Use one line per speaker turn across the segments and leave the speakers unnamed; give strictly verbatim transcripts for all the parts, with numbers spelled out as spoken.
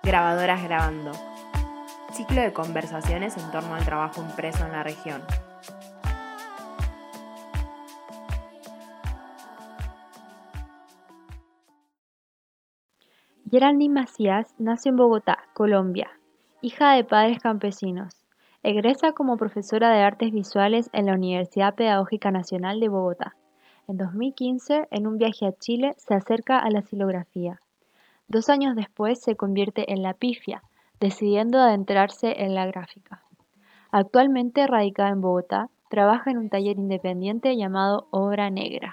Grabadoras Grabando. Ciclo de conversaciones en torno al trabajo impreso en la región.
Geraldine Macías nació en Bogotá, Colombia, hija de padres campesinos. Egresa como profesora de artes visuales en la Universidad Pedagógica Nacional de Bogotá. En dos mil quince, en un viaje a Chile, se acerca a la xilografía. Dos años después se convierte en la pifia, decidiendo adentrarse en la gráfica. Actualmente radicada en Bogotá, trabaja en un taller independiente llamado Obra Negra.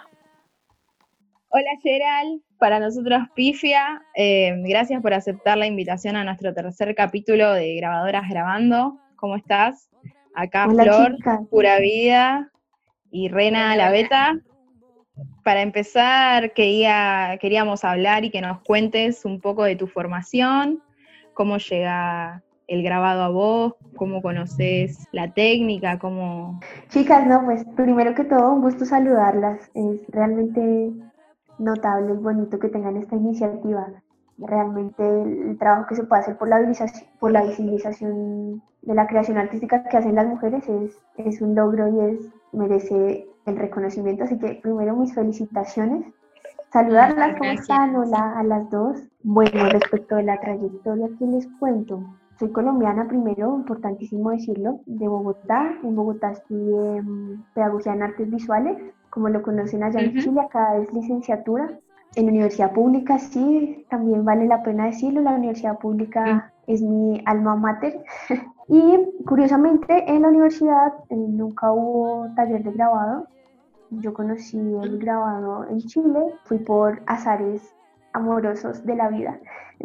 Hola Gerald, para nosotros Pifia, eh, gracias por aceptar la invitación a nuestro tercer capítulo de Grabadoras Grabando. ¿Cómo estás? Acá
Hola,
Flor,
chicas.
Pura Vida y Rena la Beta. Para empezar, quería, queríamos hablar y que nos cuentes un poco de tu formación, cómo llega el grabado a vos, cómo conoces la técnica, cómo...
Chicas, no, pues primero que todo, un gusto saludarlas. Es realmente notable y bonito que tengan esta iniciativa. Realmente el, el trabajo que se puede hacer por la, por la visibilización de la creación artística que hacen las mujeres es, es un logro y es, merece el reconocimiento. Así que primero mis felicitaciones. Saludarlas, ¿cómo están? Hola a las dos. Bueno, respecto de la trayectoria, ¿qué les cuento? Soy colombiana primero, importantísimo decirlo, de Bogotá. En Bogotá estudié um, Pedagogía en Artes Visuales, como lo conocen allá uh-huh. en Chile, acá es licenciatura. En la universidad pública, sí, también vale la pena decirlo, la universidad pública uh-huh. es mi alma mater. Y curiosamente en la universidad eh, nunca hubo taller de grabado. Yo conocí el grabado en Chile, fui por azares amorosos de la vida.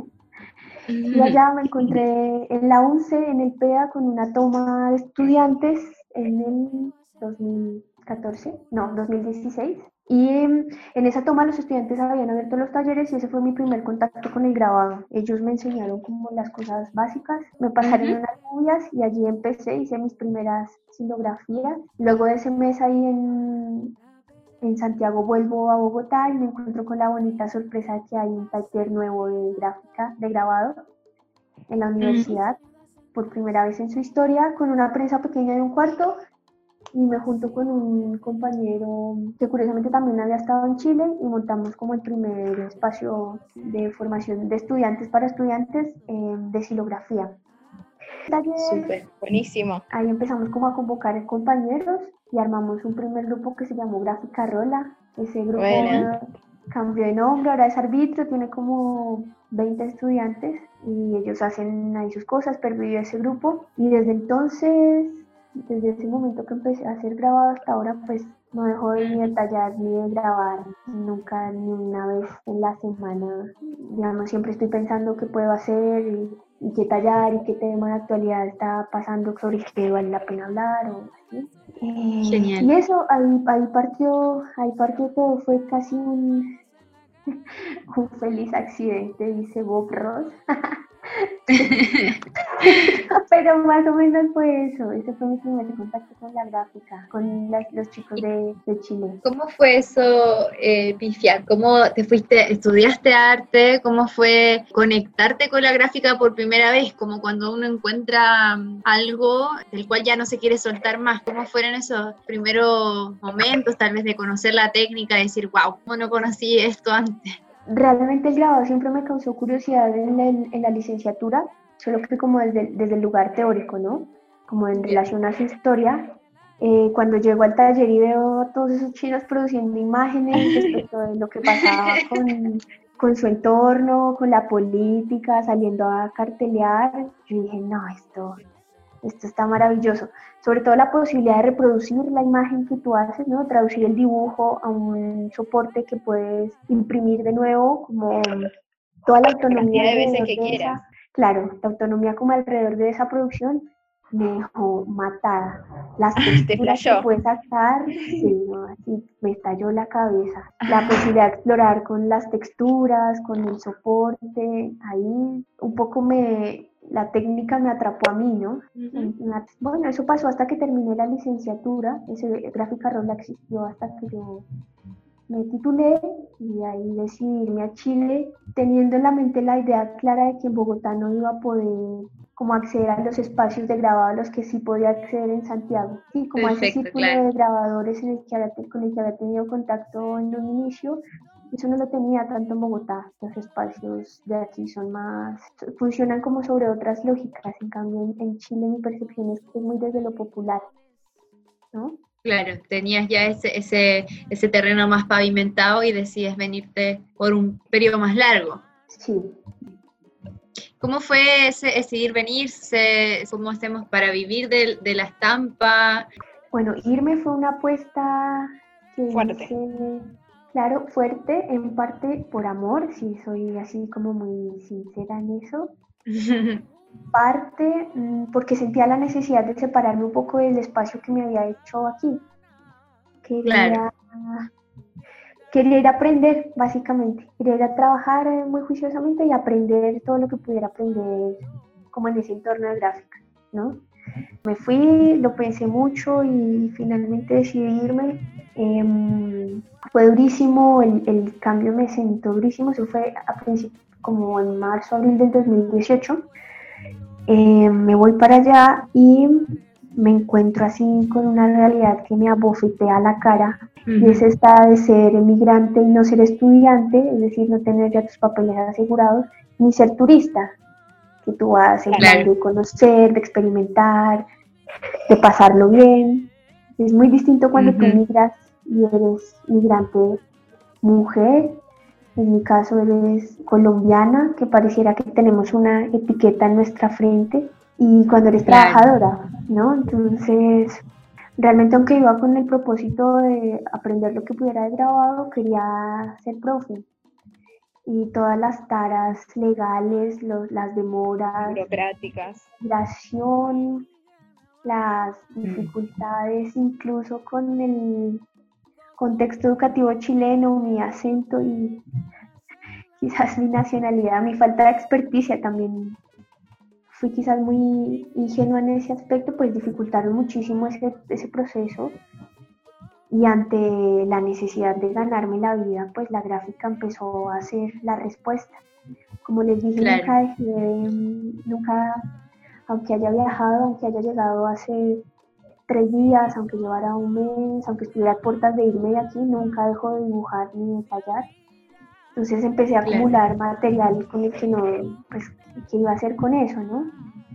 Y allá me encontré en la UNCE, en el P E A, con una toma de estudiantes en el dos mil catorce, no, dos mil dieciséis. Y en esa toma los estudiantes habían abierto los talleres y ese fue mi primer contacto con el grabado. Ellos me enseñaron como las cosas básicas, me pasaron uh-huh. unas guías y allí empecé, hice mis primeras xilografías. Luego de ese mes ahí en... En Santiago vuelvo a Bogotá y me encuentro con la bonita sorpresa de que hay un taller nuevo de gráfica, de grabado, en la universidad, mm. por primera vez en su historia, con una prensa pequeña de un cuarto, y me junto con un compañero que curiosamente también había estado en Chile y montamos como el primer espacio de formación de estudiantes para estudiantes eh, de xilografía.
Súper, buenísimo.
Ahí empezamos como a convocar compañeros y armamos un primer grupo que se llamó Gráfica Rola. Ese grupo bueno. cambió de nombre, ahora es Arbitrio, tiene como veinte estudiantes y ellos hacen ahí sus cosas, pervivió ese grupo y desde entonces, desde ese momento que empecé a hacer grabado hasta ahora, pues no dejo de ni de tallar ni de grabar, nunca ni una vez en la semana. Digamos, siempre estoy pensando qué puedo hacer y, y qué tallar y qué tema de actualidad está pasando sobre el que vale la pena hablar o así. Eh, Genial. Y eso, ahí, ahí partió, ahí partió todo, fue casi un, un feliz accidente, dice Bob Ross. Pero más o menos fue eso, ese fue mi primer contacto con la gráfica, con las, los chicos de, de Chile.
¿Cómo fue eso, eh, Pifia? ¿Cómo te fuiste, estudiaste arte? ¿Cómo fue conectarte con la gráfica por primera vez? Como cuando uno encuentra algo del cual ya no se quiere soltar más. ¿Cómo fueron esos primeros momentos, tal vez de conocer la técnica, de decir, wow, ¿cómo no conocí esto antes?
Realmente el grabado siempre me causó curiosidad en, el, en la licenciatura, solo que como desde, desde el lugar teórico, ¿no? Como en relación a su historia. Eh, cuando llego al taller y veo a todos esos chinos produciendo imágenes respecto de lo que pasaba con, con su entorno, con la política, saliendo a cartelear, yo dije, no, esto, esto está maravilloso. Sobre todo la posibilidad de reproducir la imagen que tú haces, ¿no? Traducir el dibujo a un soporte que puedes imprimir de nuevo, como toda la autonomía
de veces que
de
quieras.
Esa, claro, la autonomía como alrededor de esa producción me dejó matada. Las texturas que puedes sacar, sí, no, así me estalló la cabeza. La posibilidad de explorar con las texturas, con el soporte, ahí un poco me... la técnica me atrapó a mí, ¿no? Uh-huh. Bueno, eso pasó hasta que terminé la licenciatura, ese Gráfica Rola existió hasta que yo me titulé y de ahí decidí irme a Chile, teniendo en la mente la idea clara de que en Bogotá no iba a poder como acceder a los espacios de grabado a los que sí podía acceder en Santiago. Sí, como a ese
Perfecto,
círculo
claro.
de grabadores en el que había, con el que había tenido contacto en un inicio, eso no lo tenía tanto en Bogotá. Los espacios de aquí son más, funcionan como sobre otras lógicas. En cambio, en, en Chile mi percepción es que es muy desde lo popular, ¿no?
Claro, tenías ya ese, ese, ese terreno más pavimentado y decides venirte por un periodo más largo.
Sí.
¿Cómo fue ese decidir venirse? ¿Cómo hacemos para vivir de, de la estampa?
Bueno, irme fue una apuesta que
Fuerte.
hice, claro, fuerte, en parte por amor, sí, soy así como muy sincera en eso. Parte mmm, porque sentía la necesidad de separarme un poco del espacio que me había hecho aquí. Quería,
Claro.
quería ir a aprender, básicamente. Quería ir a trabajar eh, muy juiciosamente y aprender todo lo que pudiera aprender como en ese entorno de gráfica, ¿no? Me fui, lo pensé mucho y finalmente decidí irme. Eh, fue durísimo, el, el cambio me sentó durísimo, eso fue a principio, como en marzo, abril del dos mil dieciocho. Eh, me voy para allá y me encuentro así con una realidad que me abofetea la cara, uh-huh. Y es esta de ser emigrante y no ser estudiante, es decir, no tener ya tus papeles asegurados, ni ser turista, que tú vas en plan de conocer, de experimentar, de pasarlo bien. Es muy distinto cuando uh-huh. tú migras y eres migrante mujer. En mi caso eres colombiana, que pareciera que tenemos una etiqueta en nuestra frente, y cuando eres claro. trabajadora, ¿no? Entonces, realmente aunque iba con el propósito de aprender lo que pudiera de grabado, quería ser profe. Y todas las taras legales, los, las demoras,
burocráticas,
migración, las dificultades, incluso con el contexto educativo chileno, mi acento y quizás mi nacionalidad, mi falta de experticia también, fui quizás muy ingenua en ese aspecto, pues dificultaron muchísimo ese, ese proceso. Y ante la necesidad de ganarme la vida, pues la gráfica empezó a ser la respuesta. Como les dije, claro. nunca dejé de, nunca, aunque haya viajado, aunque haya llegado hace tres días, aunque llevara un mes, aunque estuviera a puertas de irme de aquí, nunca dejo de dibujar ni de tallar. Entonces empecé a acumular claro. material con el que no, pues, ¿qué iba a hacer con eso, no?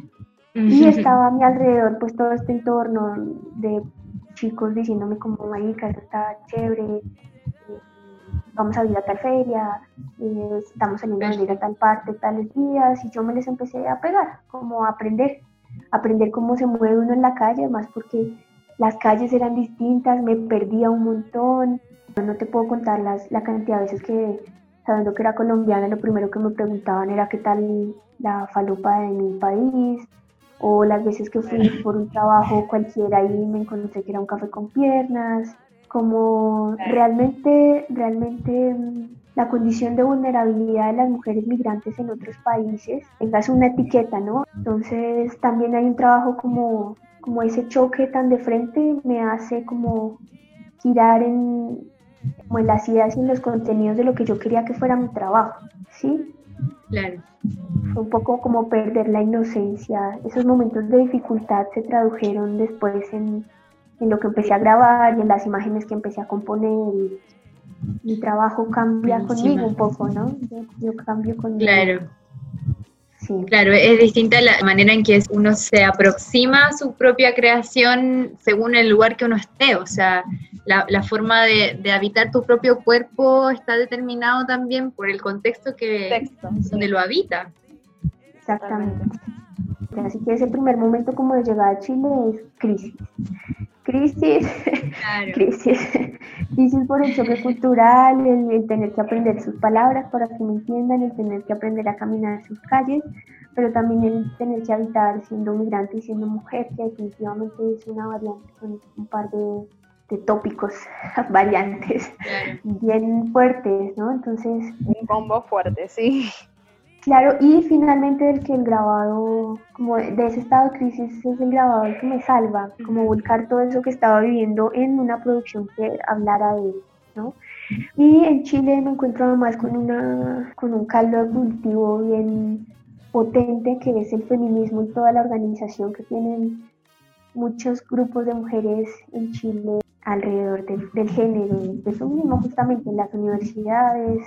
Y estaba a mi alrededor, pues, todo este entorno de chicos diciéndome como, marica, eso está chévere, vamos a ir a tal feria, eh, estamos saliendo a venir a tal parte, tales días, y yo me les empecé a pegar, como a aprender, aprender cómo se mueve uno en la calle, además porque las calles eran distintas, me perdía un montón, no te puedo contar las, la cantidad de veces que, sabiendo que era colombiana, lo primero que me preguntaban era qué tal la falopa de mi país, o las veces que fui por un trabajo cualquiera y me encontré que era un café con piernas, como realmente, realmente la condición de vulnerabilidad de las mujeres migrantes en otros países, es una etiqueta, ¿no? Entonces también hay un trabajo como, como ese choque tan de frente me hace como girar en, como en las ideas y en los contenidos de lo que yo quería que fuera mi trabajo, ¿sí?
Claro.
Fue un poco como perder la inocencia. Esos momentos de dificultad se tradujeron después en, en lo que empecé a grabar y en las imágenes que empecé a componer. Y mi trabajo cambia Encima. conmigo un poco, ¿no? Yo, yo cambio conmigo.
Claro.
Sí.
Claro, es distinta la manera en que uno se aproxima a su propia creación según el lugar que uno esté, o sea, la, la forma de, de habitar tu propio cuerpo está determinado también por el contexto que Texto, donde sí. lo habita.
Exactamente. Así que ese primer momento como de llegada a Chile es crisis. Crisis, claro. crisis, crisis por el choque cultural, el, el tener que aprender sus palabras para que me entiendan, el tener que aprender a caminar en sus calles, pero también el tener que habitar siendo migrante y siendo mujer, que definitivamente es una variante con un par de, de tópicos, variantes, claro. bien fuertes, ¿no? Entonces...
Un combo fuerte, sí.
Claro, y finalmente el que el grabado, como de ese estado de crisis, es el grabado el que me salva, como volcar todo eso que estaba viviendo en una producción que hablara de, ¿no? Y en Chile me encuentro además con, una, con un caldo de cultivo bien potente, que es el feminismo y toda la organización que tienen muchos grupos de mujeres en Chile alrededor del, del género, del feminismo, justamente en las universidades.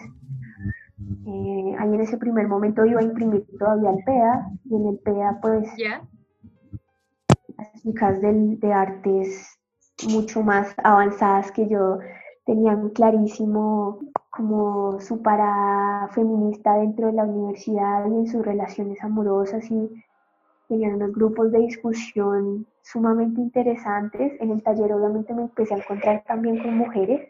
Eh, ahí en ese primer momento iba a imprimir todavía el P E A, y en el P E A pues
¿Ya?
las chicas del, de artes mucho más avanzadas que yo tenían clarísimo como su parada feminista dentro de la universidad y en sus relaciones amorosas, y tenían unos grupos de discusión sumamente interesantes. En el taller obviamente me empecé a encontrar también con mujeres,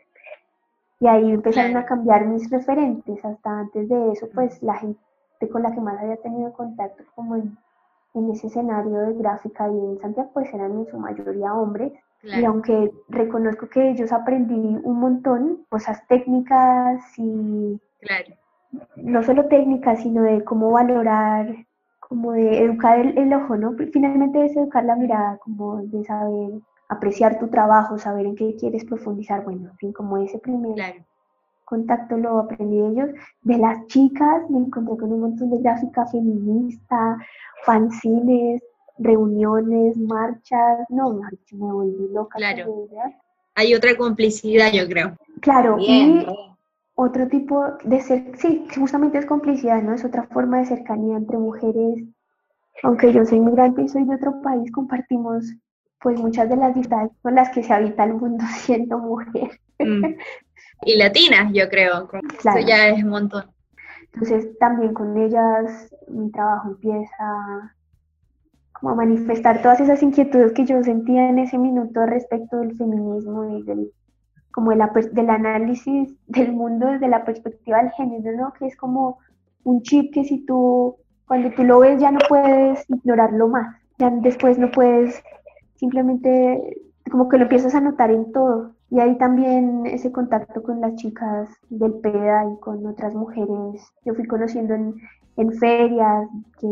y ahí empezaron
Claro.
a cambiar mis referentes. Hasta antes de eso, pues la gente con la que más había tenido contacto como en, en ese escenario de gráfica y en Santiago, pues eran en su mayoría hombres.
Claro.
Y aunque reconozco que de ellos aprendí un montón, cosas técnicas y
Claro.
no solo técnicas, sino de cómo valorar, como de educar el, el ojo, ¿no? Finalmente es educar la mirada, como de saber apreciar tu trabajo, saber en qué quieres profundizar. Bueno, en fin, como ese primer
Claro.
contacto lo aprendí de ellos. De las chicas me encontré con un montón de gráfica feminista, fanzines, reuniones, marchas. No, me volví loca.
Claro.
con ellas.
Hay otra complicidad, yo creo.
Claro,
Bien,
y otro tipo de ser, sí, justamente es complicidad, ¿no? Es otra forma de cercanía entre mujeres. Aunque yo soy migrante y soy de otro país, compartimos pues muchas de las dificultades con las que se habita el mundo siendo mujer.
Mm. Y latinas, yo creo.
Claro.
Eso ya es un montón.
Entonces también con ellas mi trabajo empieza como a manifestar todas esas inquietudes que yo sentía en ese minuto respecto del feminismo y del, como de la, del análisis del mundo desde la perspectiva del género, ¿no? Que es como un chip que si tú, cuando tú lo ves ya no puedes ignorarlo más, ya después no puedes simplemente, como que lo empiezas a notar en todo. Y ahí también ese contacto con las chicas del P E D A y con otras mujeres, yo fui conociendo en, en ferias, que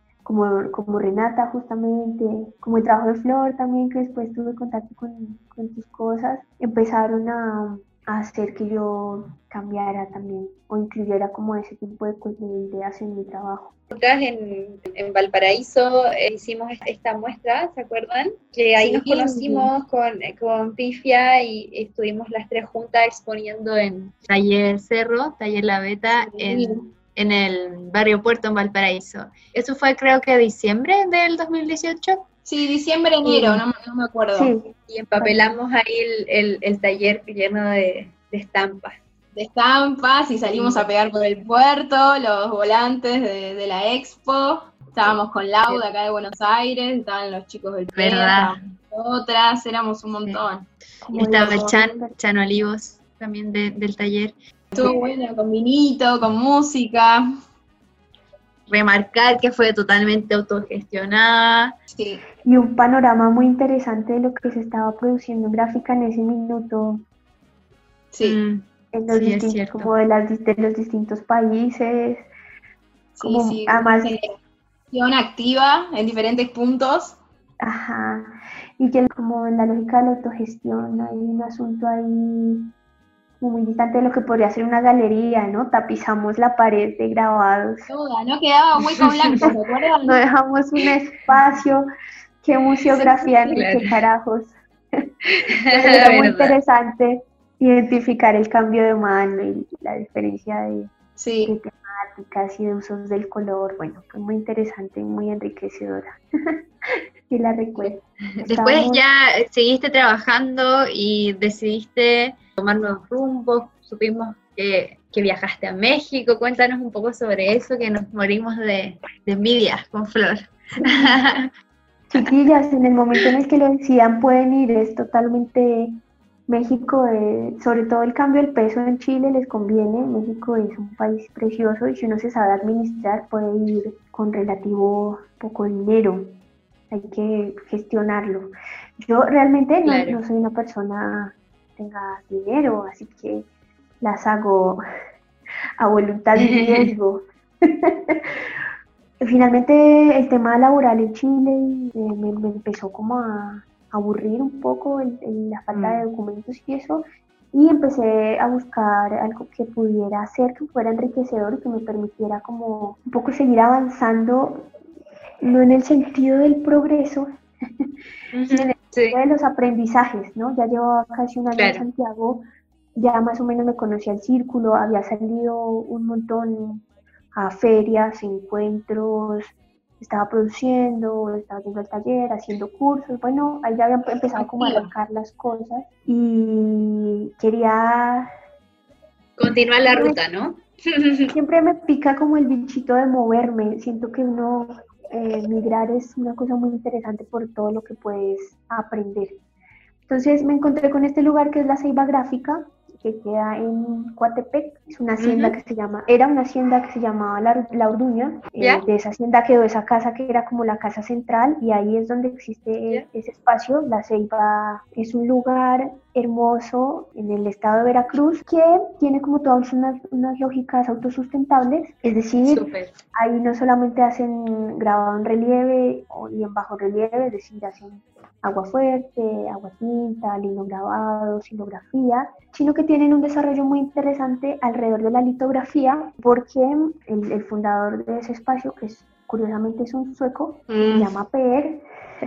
como, como Renata justamente, como el trabajo de Flor también, que después tuve contacto con, con tus cosas, empezaron a, a hacer que yo cambiara también o incluyera como ese tipo de, de ideas en mi trabajo.
Nosotras en, en Valparaíso eh, hicimos esta muestra, ¿se acuerdan? Que ahí
Sí,
nos conocimos con, con Pifia y estuvimos las tres juntas exponiendo en Taller Cerro, Taller La Beta, en, en el barrio Puerto en Valparaíso. Eso fue creo que diciembre del dos mil dieciocho.
Sí, diciembre, enero, no, no me acuerdo.
Sí.
Y empapelamos ahí el, el, el taller lleno de, de estampas.
De estampas, y salimos a pegar por el puerto, los volantes de, de la expo. Estábamos con Lau de acá de Buenos Aires, estaban los chicos del P E D A,
¿Verdad?
estábamos otras, éramos un montón.
Como
Estaba
digo,
Chan, Chan Olivos también de, del taller.
Estuvo bueno, con vinito, con música.
Remarcar que fue totalmente autogestionada.
Sí.
Y un panorama muy interesante de lo que se estaba produciendo en gráfica en ese minuto,
Sí.
Mm,
en los
sí, es
distintos,
cierto.
como de, las, de los distintos países, como
Sí, sí,
además,
generación activa en diferentes puntos.
ajá, y que como en la lógica de la autogestión hay un asunto ahí muy distante de lo que podría ser una galería, ¿no? Tapizamos la pared de grabados,
Duda, no quedaba un hueco blanco, ¿se acuerdan?
no dejamos un espacio, qué museografía, ni
claro.
qué carajos. Pero era muy interesante identificar el cambio de mano y la diferencia de,
Sí.
de temáticas y de usos del color. Bueno, fue muy interesante y muy enriquecedora. Y la recuerdo.
Después
Estábamos-
ya seguiste trabajando y decidiste tomar nuevos rumbos. Supimos que, que viajaste a México. Cuéntanos un poco sobre eso, que nos morimos de, de envidia con Flor.
Chiquillas, en el momento en el que lo decidan pueden ir, es totalmente México, eh, sobre todo el cambio del peso en Chile les conviene. México es un país precioso y si uno se sabe administrar puede ir con relativo poco dinero, hay que gestionarlo. Yo realmente no,
Claro.
no soy una persona que tenga dinero, así que las hago a voluntad y riesgo. Finalmente el tema laboral en Chile eh, me, me empezó como a aburrir un poco el, el, la falta
Mm.
de documentos y eso, y empecé a buscar algo que pudiera hacer, que fuera enriquecedor y que me permitiera como un poco seguir avanzando, no en el sentido del progreso,
Ujú,
sino en el
sí,
sentido de los aprendizajes, ¿no? Ya llevo casi un año en
claro.
Santiago, ya más o menos me conocía el círculo, había salido un montón a ferias, encuentros, estaba produciendo, estaba haciendo el taller, haciendo cursos, bueno, ahí ya habían empezado como a
Activa.
arrancar las cosas y quería,
Continuar la
siempre me,
ruta, ¿no?
siempre me pica como el bichito de moverme, siento que uno, eh, migrar es una cosa muy interesante por todo lo que puedes aprender. Entonces me encontré con este lugar que es la Ceiba Gráfica, que queda en Coatepec. Es una hacienda
Ujú,
que se llama, era una hacienda que se llamaba La, la Orduña. Eh,
¿ya?
de esa hacienda quedó esa casa que era como la casa central y ahí es donde existe
¿Ya?
ese espacio. La Ceiba es un lugar hermoso en el estado de Veracruz que tiene como todas unas, unas lógicas autosustentables, es decir,
Súper.
ahí no solamente hacen grabado en relieve y en bajo relieve, es decir, hacen agua fuerte, agua tinta, lino grabado, silografía, sino que tienen un desarrollo muy interesante alrededor de la litografía, porque el, el fundador de ese espacio, que es, curiosamente es un sueco, se
Mm,
llama Per,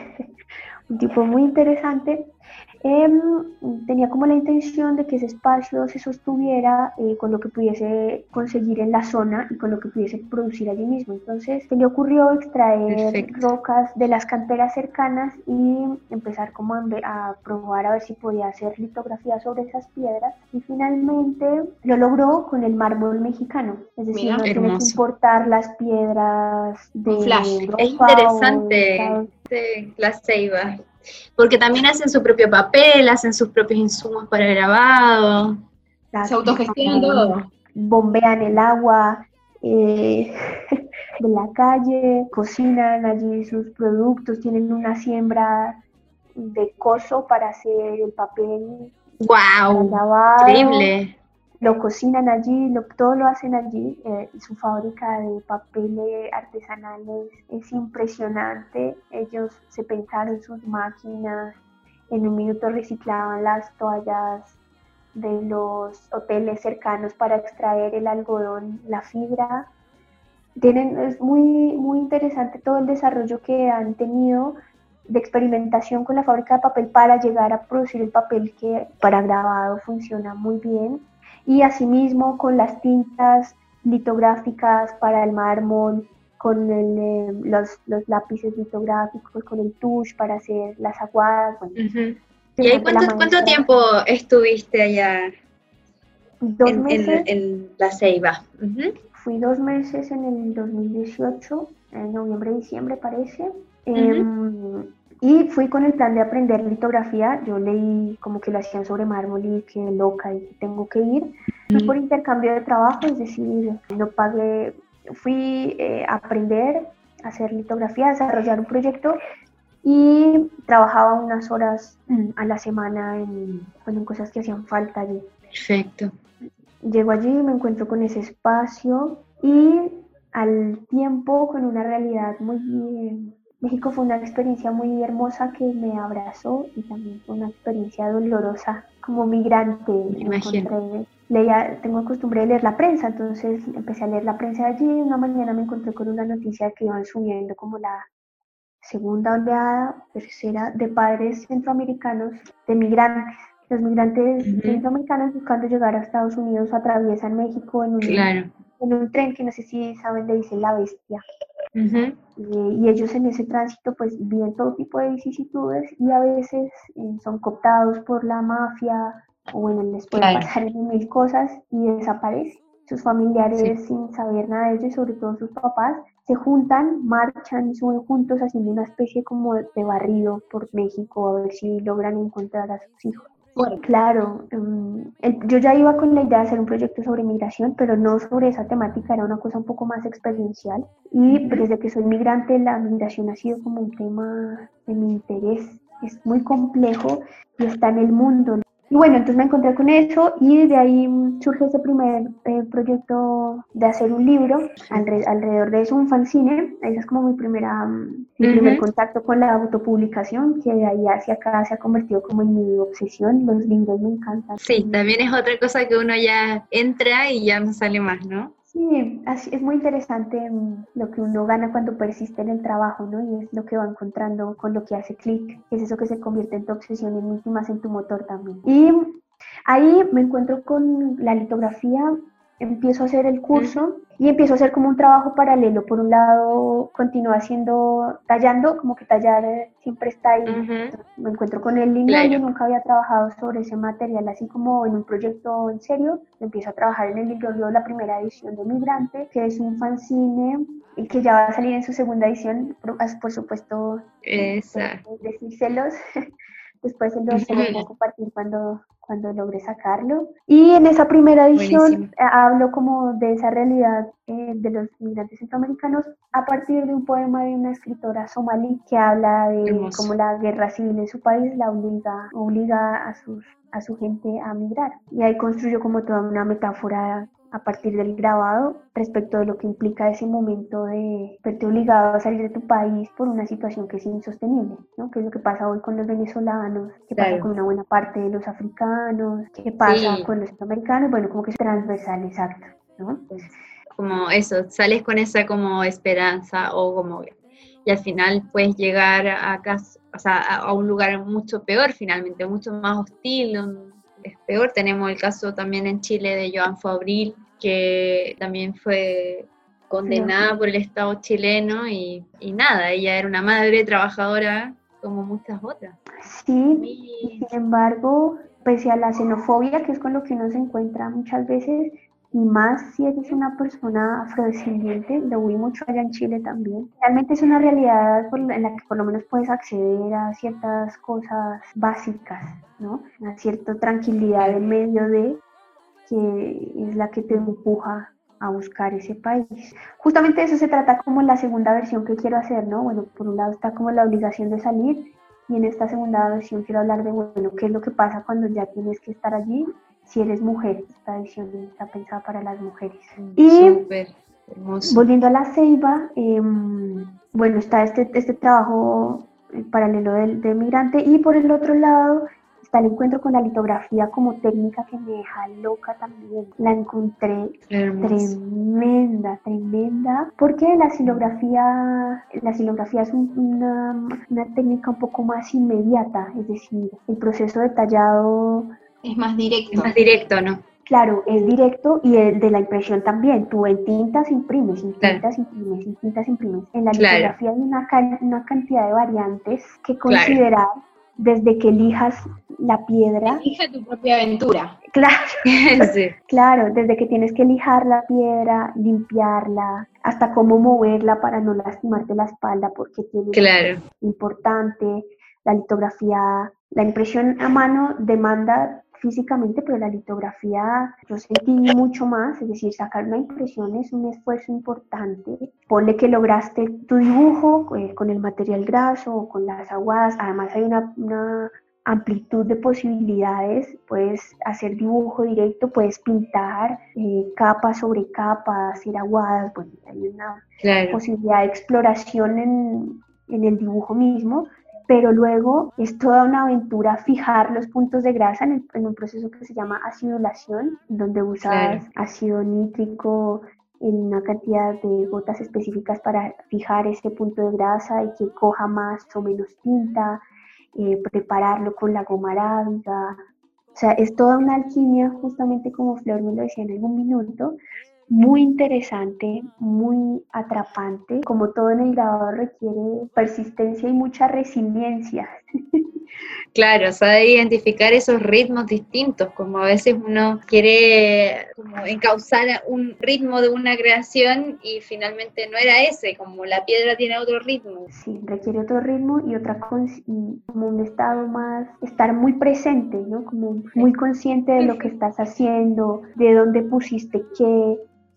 un tipo muy interesante, eh, tenía como la intención de que ese espacio se sostuviera eh, con lo que pudiese conseguir en la zona y con lo que pudiese producir allí mismo. Entonces se le ocurrió extraer
perfecto.
rocas de las canteras cercanas y empezar como a, a probar a ver si podía hacer litografía sobre esas piedras y finalmente lo logró con el mármol mexicano, es decir,
Mira,
no tiene que
hermoso.
importar las piedras de
Un flash. Es
Europa o de
interesante
Estados
este, la ceiba, porque también hacen su propio papel, hacen sus propios insumos para grabado, se autogestionan
Unidos,
todo.
bombean el agua eh, de la calle, cocinan allí sus productos, tienen una siembra de coso para hacer el papel para
¡Wow!
lavado,
Increíble.
lo cocinan allí, lo, todo lo hacen allí. Eh, su fábrica de papeles artesanales es impresionante. Ellos se pensaron sus máquinas, en un minuto reciclaban las toallas de los hoteles cercanos para extraer el algodón, la fibra. Tienen, es muy, muy interesante todo el desarrollo que han tenido de experimentación con la fábrica de papel para llegar a producir el papel que para grabado funciona muy bien. Y asimismo con las tintas litográficas para el mármol, con el, eh, los, los lápices litográficos, con el touche para hacer las aguadas. Bueno,
Ujú. ¿Y ahí
interesante la
cuánto, cuánto
maestra.
tiempo estuviste allá
Dos
en, en,
meses
en la ceiba? Ujú,
Fui dos meses en el dos mil dieciocho, en noviembre, diciembre parece,
ujú,
eh, y fui con el plan de aprender litografía. Yo leí como que lo hacían sobre mármol y que loca y que tengo que ir. Fui por intercambio de trabajo, es decir, no pagué, fui eh, a aprender a hacer litografía, a desarrollar un proyecto y trabajaba unas horas mm, a la semana en, bueno, en cosas que hacían falta allí.
perfecto.
Llego allí, me encuentro con ese espacio y al tiempo con una realidad muy... Eh, México fue una experiencia muy hermosa que me abrazó y también fue una experiencia dolorosa como migrante.
Me
Me
imagino.
encontré, leía, tengo costumbre de leer la prensa, entonces empecé a leer la prensa de allí y una mañana me encontré con una noticia que iban subiendo como la segunda oleada, tercera, de padres centroamericanos, de migrantes. Los migrantes
Ujú,
centroamericanos buscando llegar a Estados Unidos atraviesan México en un,
claro.
en un tren que no sé si saben, le dicen La Bestia.
Ujú,
Y, y ellos en ese tránsito pues viven todo tipo de vicisitudes y a veces eh, son cooptados por la mafia o bueno, les pueden
claro,
pasar mil cosas y desaparecen. Sus
sí.
familiares sin saber nada de ellos y sobre todo sus papás se juntan, marchan y suben juntos haciendo una especie como de barrido por México a ver si logran encontrar a sus hijos.
Fuerte.
Claro, um, el, yo ya iba con la idea de hacer un proyecto sobre migración, pero no sobre esa temática, era una cosa un poco más experiencial. Y
Ujú,
desde que soy migrante, la migración ha sido como un tema de mi interés. Es muy complejo y está en el mundo. Y bueno, entonces me encontré con eso y de ahí surge ese primer eh, proyecto de hacer un libro, alre alrededor de eso, un fanzine. Ese es como mi, primera, mi uh-huh. primer contacto con la autopublicación, que de ahí hacia acá se ha convertido como en mi obsesión. Los libros me encantan.
Sí, también es otra cosa que uno ya entra y ya no sale más, ¿no?
Sí, así, es muy interesante um, lo que uno gana cuando persiste en el trabajo, ¿no? Y es lo que va encontrando con lo que hace clic, es eso que se convierte en tu obsesión y en últimas en tu motor también. Y ahí me encuentro con la litografía, empiezo a hacer el curso uh-huh. y empiezo a hacer como un trabajo paralelo. Por un lado, continúo haciendo, tallando, como que tallar eh, siempre está ahí. Uh-huh. Me encuentro con el lineal, claro. Yo nunca había trabajado sobre ese material, así como en un proyecto en serio. Empiezo a trabajar en el libro de la primera edición de Migrante, que es un fanzine y que ya va a salir en su segunda edición, por, por supuesto,
Exacto.
De, decírselos. Después se los voy a compartir cuando, cuando logre sacarlo. Y en esa primera edición eh, hablo como de esa realidad eh, de los migrantes centroamericanos a partir de un poema de una escritora somalí que habla de Hermoso. Cómo la guerra civil en su país la obliga, obliga a, sus, a su gente a migrar. Y ahí construyo como toda una metáfora a partir del grabado respecto de lo que implica ese momento de verte obligado a salir de tu país por una situación que es insostenible, ¿no? Que es lo que pasa hoy con los venezolanos, qué claro. pasa con una buena parte de los africanos, qué pasa sí. con los centroamericanos, bueno, como que es transversal, exacto, ¿no? Pues,
como eso, sales con esa como esperanza o como y al final puedes llegar a casa, o sea, a un lugar mucho peor finalmente, mucho más hostil, un, es peor. Tenemos el caso también en Chile de Joan Fabril, que también fue condenada sí. por el Estado chileno y, y nada, ella era una madre trabajadora como muchas otras.
Sí, y sin embargo, pese a la xenofobia, que es con lo que uno se encuentra muchas veces, y más si eres una persona afrodescendiente, lo vi mucho allá en Chile también. Realmente es una realidad en la que por lo menos puedes acceder a ciertas cosas básicas, ¿no? A cierta tranquilidad en medio de, que es la que te empuja a buscar ese país. Justamente de eso se trata como la segunda versión que quiero hacer, ¿no? Bueno, por un lado está como la obligación de salir, y en esta segunda versión quiero hablar de, bueno, qué es lo que pasa cuando ya tienes que estar allí, si eres mujer. Esta edición está pensada para las mujeres. Y
Súper hermoso.
Volviendo a la Ceiba, eh, bueno, está este, este trabajo paralelo del, del migrante, y por el otro lado está el encuentro con la litografía como técnica que me deja loca también. La encontré hermoso. tremenda, tremenda, porque la silografía, la silografía es un, una, una técnica un poco más inmediata, es decir, el proceso de tallado
es más directo. Es más directo, ¿no?
Claro, es directo, y el de la impresión también. Tú en tintas imprimes, en tintas claro. imprimes, en tintas imprimes. En la claro. litografía hay una, una cantidad de variantes que considerar claro. desde que elijas la piedra.
Elija tu propia aventura.
Claro,
sí.
claro, desde que tienes que lijar la piedra, limpiarla, hasta cómo moverla para no lastimarte la espalda, porque tiene
claro.
importante. La litografía, la impresión a mano demanda físicamente, pero la litografía yo sentí mucho más, es decir, sacar una impresión es un esfuerzo importante. Ponle que lograste tu dibujo eh, con el material graso o con las aguadas, además hay una, una amplitud de posibilidades, puedes hacer dibujo directo, puedes pintar eh, capa sobre capa, hacer aguadas, bueno, hay una
claro.
posibilidad de exploración en, en el dibujo mismo. Pero luego es toda una aventura fijar los puntos de grasa en, el, en un proceso que se llama acidulación, donde usas claro. ácido nítrico en una cantidad de gotas específicas para fijar ese punto de grasa y que coja más o menos tinta, eh, prepararlo con la goma arábiga. O sea, es toda una alquimia, justamente como Flor me lo decía en algún minuto, muy interesante, muy atrapante. Como todo en el grabado requiere persistencia y mucha resiliencia.
Claro, sabe identificar esos ritmos distintos, como a veces uno quiere como encauzar un ritmo de una creación y finalmente no era ese, como la piedra tiene otro ritmo.
Sí, requiere otro ritmo y otra cons- y como un estado más, estar muy presente, ¿no? Como muy consciente de lo que estás haciendo, de dónde pusiste qué,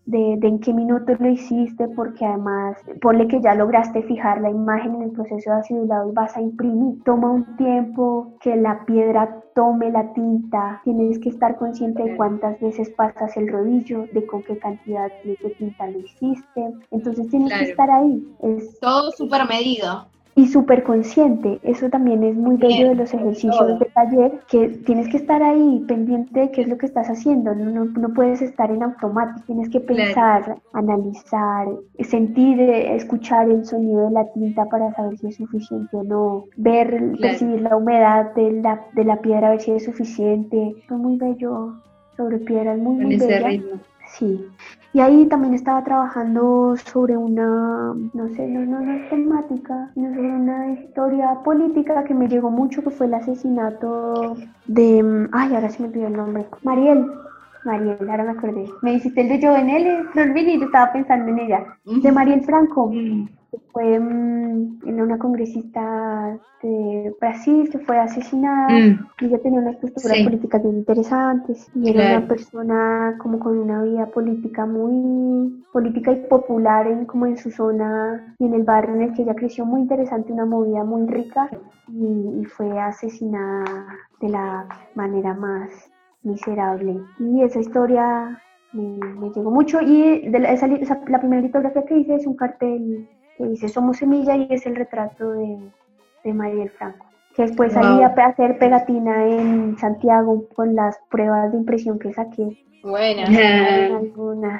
de, de en qué minuto lo hiciste, porque además, ponle que ya lograste fijar la imagen en el proceso de acidulado y vas a imprimir. Toma un tiempo que la piedra tome la tinta, tienes que estar consciente de cuántas veces pasas el rodillo, de con qué cantidad de tinta lo hiciste, entonces tienes claro. que estar ahí. Es
todo súper medido.
Y súper consciente, eso también es muy bello Bien, de los ejercicios todo. de taller, que tienes que estar ahí pendiente de qué es lo que estás haciendo, no, no, no puedes estar en automático, tienes que pensar, claro. analizar, sentir, escuchar el sonido de la tinta para saber si es suficiente o no, ver, claro. percibir la humedad de la, de la piedra, a ver si es suficiente. Fue muy bello sobre piedra, es muy, Con muy ese bella. Ritmo. Sí. Y ahí también estaba trabajando sobre una, no sé, no, no, no es temática, sino sobre una historia política que me llegó mucho, que fue el asesinato de, ay, ahora se me olvidó el nombre, Mariel, Mariel, ahora me acordé, me visité el de Jovenel, no olvidé, yo estaba pensando en ella, de Mariel Franco, que fue um, una congresista de Brasil que fue asesinada, mm. y ella tenía unas posturas sí. políticas bien interesantes, y era claro. una persona como con una vida política muy política y popular en, como en su zona y en el barrio en el que ella creció, muy interesante, una movida muy rica, y, y fue asesinada de la manera más miserable, y esa historia me, me llegó mucho, y de la, esa, esa, la primera litografía que hice es un cartel que dice Somos Semilla, y es el retrato de, de Mariel Franco, que después wow. salí a hacer pegatina en Santiago con las pruebas de impresión que saqué.
Buena.
Algunas.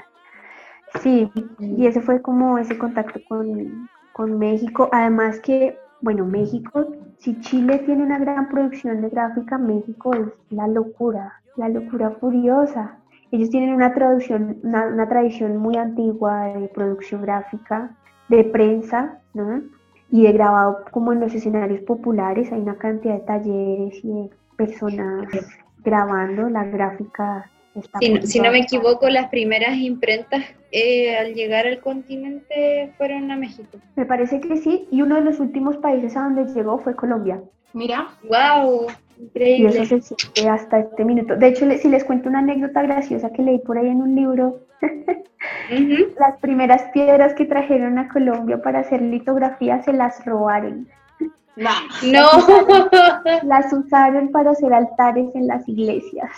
Sí, y ese fue como ese contacto con, con México, además que, bueno, México, si Chile tiene una gran producción de gráfica, México es la locura, la locura furiosa. Ellos tienen una, traducción, una, una tradición muy antigua de producción gráfica, de prensa, ¿no? Y de grabado como en los escenarios populares, hay una cantidad de talleres y de personas grabando la gráfica.
Si no, si no me equivoco, las primeras imprentas eh, al llegar al continente fueron a México.
Me parece que sí, y uno de los últimos países a donde llegó fue Colombia.
Mira, wow, increíble.
Y eso se siente hasta este minuto. De hecho, si les cuento una anécdota graciosa que leí por ahí en un libro, uh-huh. las primeras piedras que trajeron a Colombia para hacer litografía se las robaron.
No,
no. Las usaron, las usaron para hacer altares en las iglesias.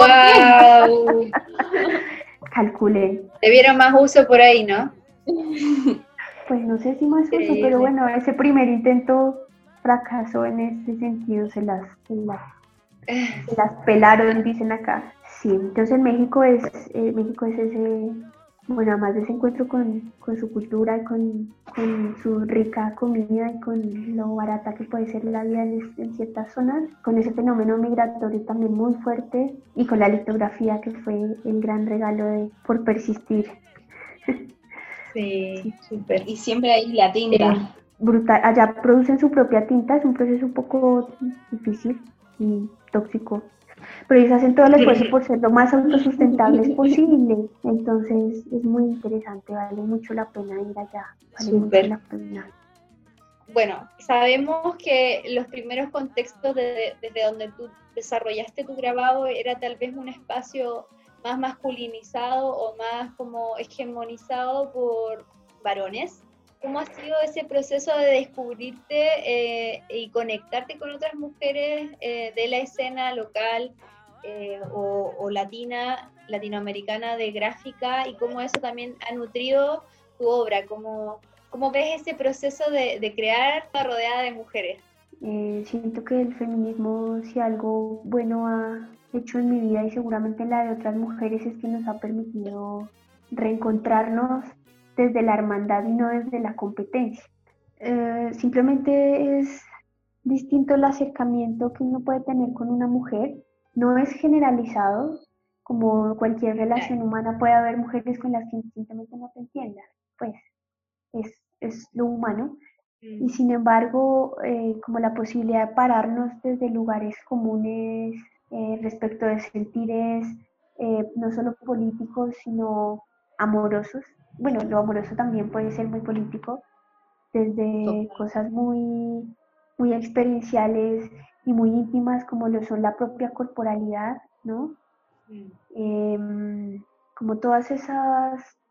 ¡Wow!
Calculé.
Le vieron más uso por ahí, ¿no?
Pues no sé si más uso, sí, pero bueno, ese primer intento fracasó en ese sentido, se las, se las, se las pelaron, dicen acá. Sí, entonces México es, eh, México es ese, bueno, además de ese encuentro con, con su cultura y con, con su rica comida y con lo barata que puede ser la vida en, en ciertas zonas, con ese fenómeno migratorio también muy fuerte, y con la litografía, que fue el gran regalo de, por persistir.
Sí, súper. Y siempre hay la tinta.
Eh, brutal. Allá producen su propia tinta, es un proceso un poco difícil y tóxico, pero ellos hacen todo el esfuerzo por ser lo más autosustentables posible, entonces es muy interesante, vale mucho la pena ir allá, vale
Súper.
mucho la pena.
Bueno, sabemos que los primeros contextos de, desde donde tú desarrollaste tu grabado era tal vez un espacio más masculinizado o más como hegemonizado por varones. ¿Cómo ha sido ese proceso de descubrirte eh, y conectarte con otras mujeres eh, de la escena local eh, o, o latina, latinoamericana de gráfica, y cómo eso también ha nutrido tu obra? ¿Cómo, cómo ves ese proceso de, de crear rodeada de mujeres?
Eh, siento que el feminismo, si algo bueno ha hecho en mi vida y seguramente en la de otras mujeres, es que nos ha permitido reencontrarnos desde la hermandad y no desde la competencia. Eh, simplemente es distinto el acercamiento que uno puede tener con una mujer, no es generalizado, como cualquier relación humana puede haber mujeres con las que simplemente no te entiendas, pues es, es lo humano. Y sin embargo, eh, como la posibilidad de pararnos desde lugares comunes eh, respecto de sentires, eh, no solo políticos, sino amorosos. Bueno, lo amoroso también puede ser muy político, desde cosas muy, muy experienciales y muy íntimas, como lo son la propia corporalidad, ¿no? Mm. Eh, como todas esas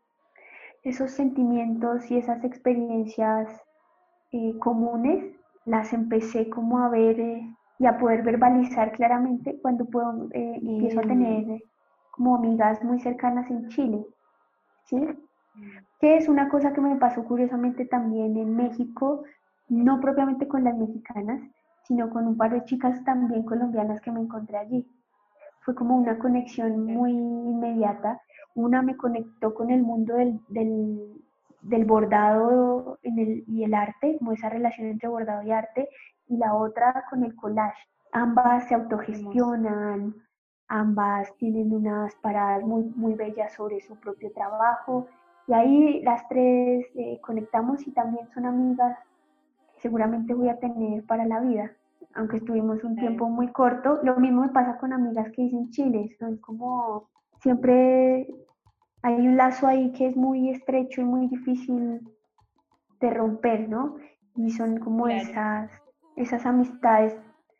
esos sentimientos y esas experiencias eh, comunes las empecé como a ver eh, y a poder verbalizar claramente cuando puedo, eh, empiezo a tener eh, como amigas muy cercanas en Chile, ¿sí? Que es una cosa que me pasó curiosamente también en México, no propiamente con las mexicanas, sino con un par de chicas también colombianas que me encontré allí. Fue como una conexión muy inmediata. Una me conectó con el mundo del, del, del bordado en el, y el arte, como esa relación entre bordado y arte, y la otra con el collage. Ambas se autogestionan, ambas tienen unas paradas muy, muy bellas sobre su propio trabajo, y ahí las tres eh, conectamos y también son amigas que seguramente voy a tener para la vida, aunque estuvimos un tiempo muy corto. Lo mismo me pasa con amigas que hice en Chile, son como siempre hay un lazo ahí que es muy estrecho y muy difícil de romper, ¿no? Y son como
Claro.
esas, esas amistades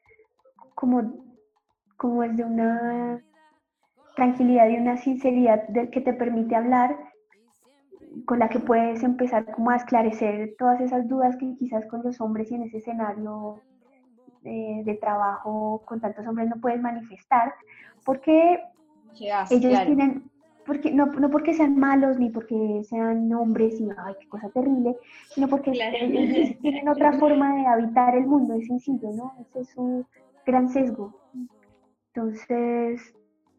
como, como es de una tranquilidad y una sinceridad del que te permite hablar, con la que puedes empezar como a esclarecer todas esas dudas que quizás con los hombres y en ese escenario eh, de trabajo con tantos hombres no puedes manifestar, porque
Llegás,
ellos
claro.
tienen, porque, no, no porque sean malos ni porque sean hombres y ay, qué cosa terrible, sino porque
Claro.
ellos tienen otra forma de habitar el mundo, es sencillo, ¿no? Ese es su gran sesgo. Entonces,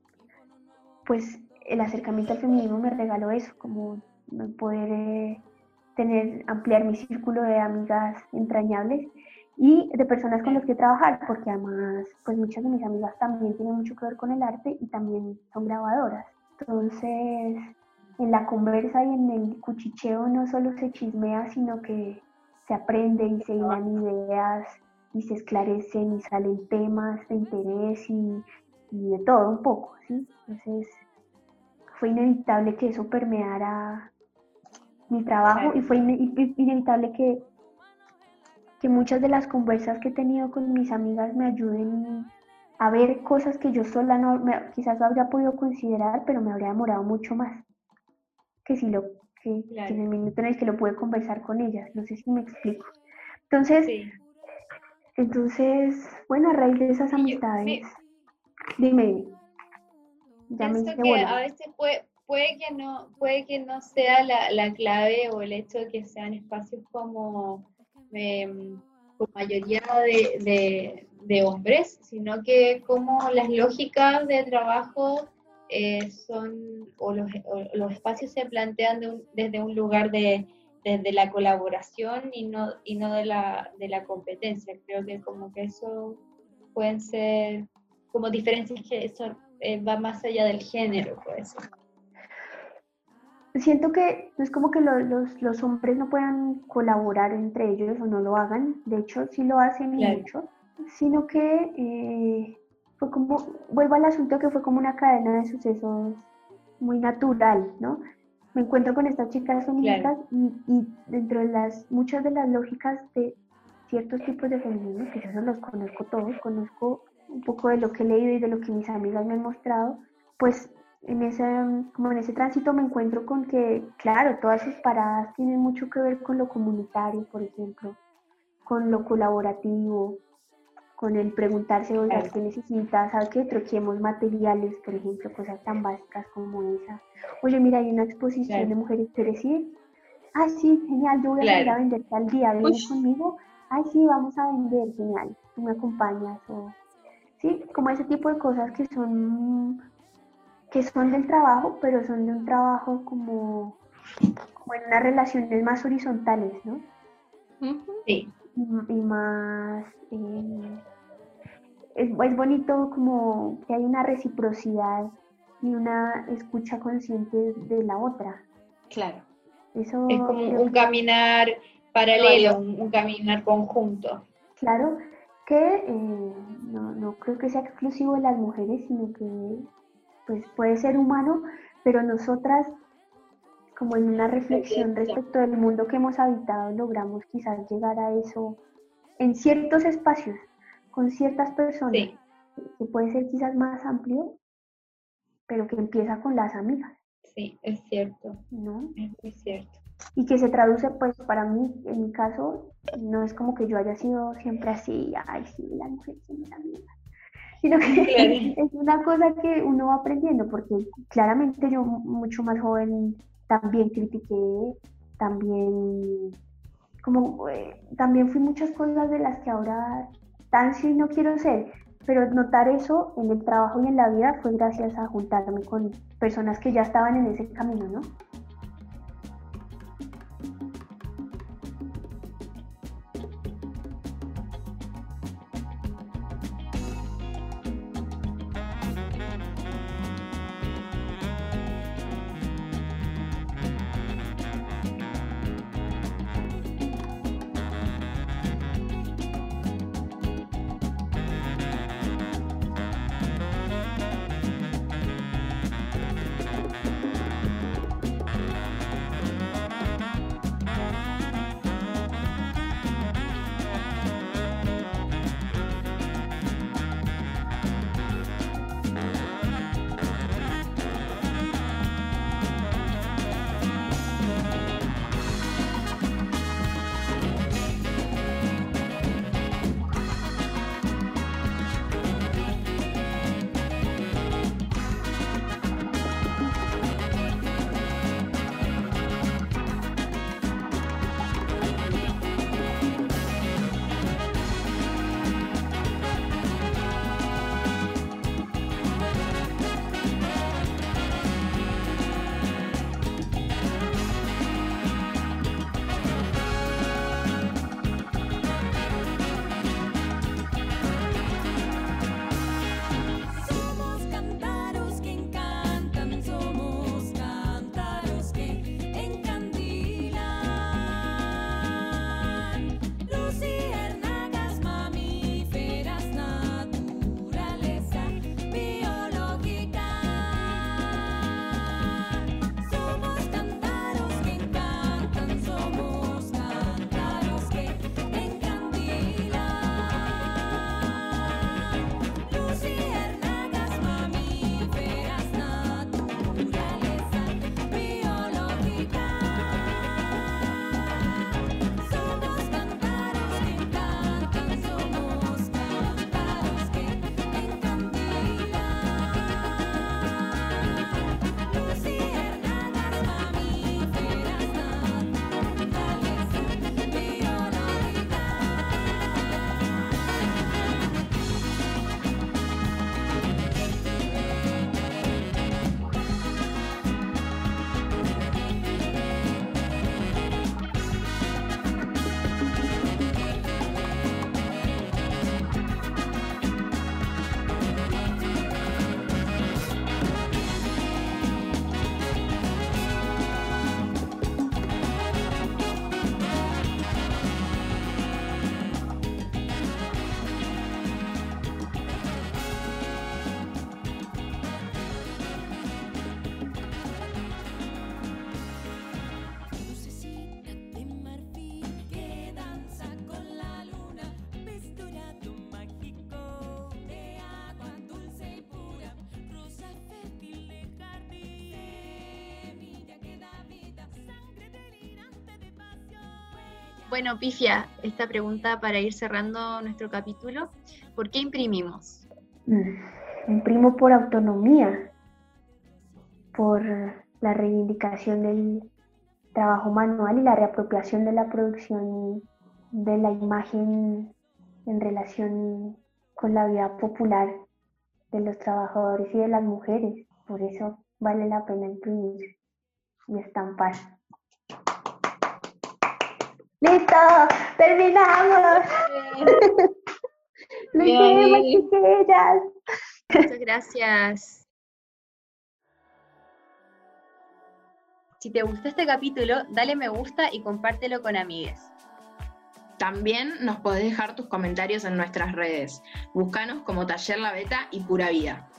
pues el acercamiento al feminismo me regaló eso, como poder eh, tener, ampliar mi círculo de amigas entrañables y de personas con las que trabajar, porque además, pues muchas de mis amigas también tienen mucho que ver con el arte y también son grabadoras. Entonces, en la conversa y en el cuchicheo no solo se chismea, sino que se aprende y se hilan ideas y se esclarecen y salen temas de interés y, y de todo un poco, ¿sí? Entonces, fue inevitable que eso permeara mi trabajo y fue ine- inevitable que, que muchas de las conversas que he tenido con mis amigas me ayuden a ver cosas que yo sola no, me, quizás no habría podido considerar, pero me habría demorado mucho más que si lo que,
Claro.
que en el minuto en el que lo pude conversar con ellas. No sé si me explico. Entonces,
Sí.
entonces, bueno, a raíz de esas
Sí, yo-
amistades,
mi-
dime, dime, ya me
Pienso
hice
que
bola.
a veces puede, puede que no, puede que no sea la, la clave o el hecho de que sean espacios como eh, con mayoría de, de- de hombres, sino que como las lógicas de trabajo eh, son, o los, o los espacios se plantean de un- desde un lugar de, desde la colaboración y no, y no de la, de la competencia. Creo que como que eso pueden ser como diferencias que son eh, va más allá del género, pues.
Siento que no es como que lo- los, los hombres no puedan colaborar entre ellos o no lo hagan, de hecho sí lo hacen y
Claro.
mucho, sino que eh, fue como, vuelvo al asunto que fue como una cadena de sucesos muy natural, ¿no? Me encuentro con estas chicas feministas y, y dentro de las, muchas de las lógicas de ciertos tipos de feminismo, que yo no los conozco todos, conozco un poco de lo que he leído y de lo que mis amigas me han mostrado, pues en ese, como en ese tránsito me encuentro con que, claro, todas sus paradas tienen mucho que ver con lo comunitario, por ejemplo, con lo colaborativo, con el preguntarse, oiga,
Claro.
¿qué necesitas? ¿Sabes qué? Troquemos materiales, por ejemplo, cosas tan básicas como esa. Oye, mira, hay una exposición
Claro.
de mujeres, ¿quieres ir? Ah, sí, genial, yo voy a salir
Claro.
a vender tal día, ¿vienes
Uy.
conmigo? Ay, sí, vamos a vender, genial, tú me acompañas. O, sí, como ese tipo de cosas que son que son del trabajo, pero son de un trabajo como, como en unas relaciones más horizontales, ¿no?
Sí.
Y, y más, eh, es, es bonito como que hay una reciprocidad y una escucha consciente de la otra.
Claro.
Eso
Es como
creo
un
que
caminar paralelo, un, un caminar conjunto.
claro que eh, no, no creo que sea exclusivo de las mujeres, sino que pues puede ser humano, pero nosotras como en una reflexión respecto del mundo que hemos habitado, logramos quizás llegar a eso en ciertos espacios, con ciertas personas,
Sí.
que puede ser quizás más amplio, pero que empieza con las amigas.
Sí, es cierto,
¿no?
es muy cierto.
Y que se traduce, pues para mí, en mi caso, no es como que yo haya sido siempre así, ay, sí, la mujer sí, la mierda, sino que
Claro.
es una cosa que uno va aprendiendo, porque claramente yo mucho más joven también critiqué, también, como, eh, también fui muchas cosas de las que ahora tan sí no quiero ser, pero notar eso en el trabajo y en la vida fue gracias a juntarme con personas que ya estaban en ese camino, ¿no?
Bueno, Pifia, esta pregunta para ir cerrando nuestro capítulo, ¿por qué imprimimos?
Mm, Imprimo por autonomía, por la reivindicación del trabajo manual y la reapropiación de la producción de la imagen en relación con la vida popular de los trabajadores y de las mujeres. Por eso vale la pena imprimir y estampar. ¡Listo! ¡Terminamos! ¡Lo hicimos, chiquillas!
Muchas gracias. Si te gustó este capítulo, dale me gusta y compártelo con amigues.
También nos podés dejar tus comentarios en nuestras redes. Búscanos como Taller La Beta y Pura Vida.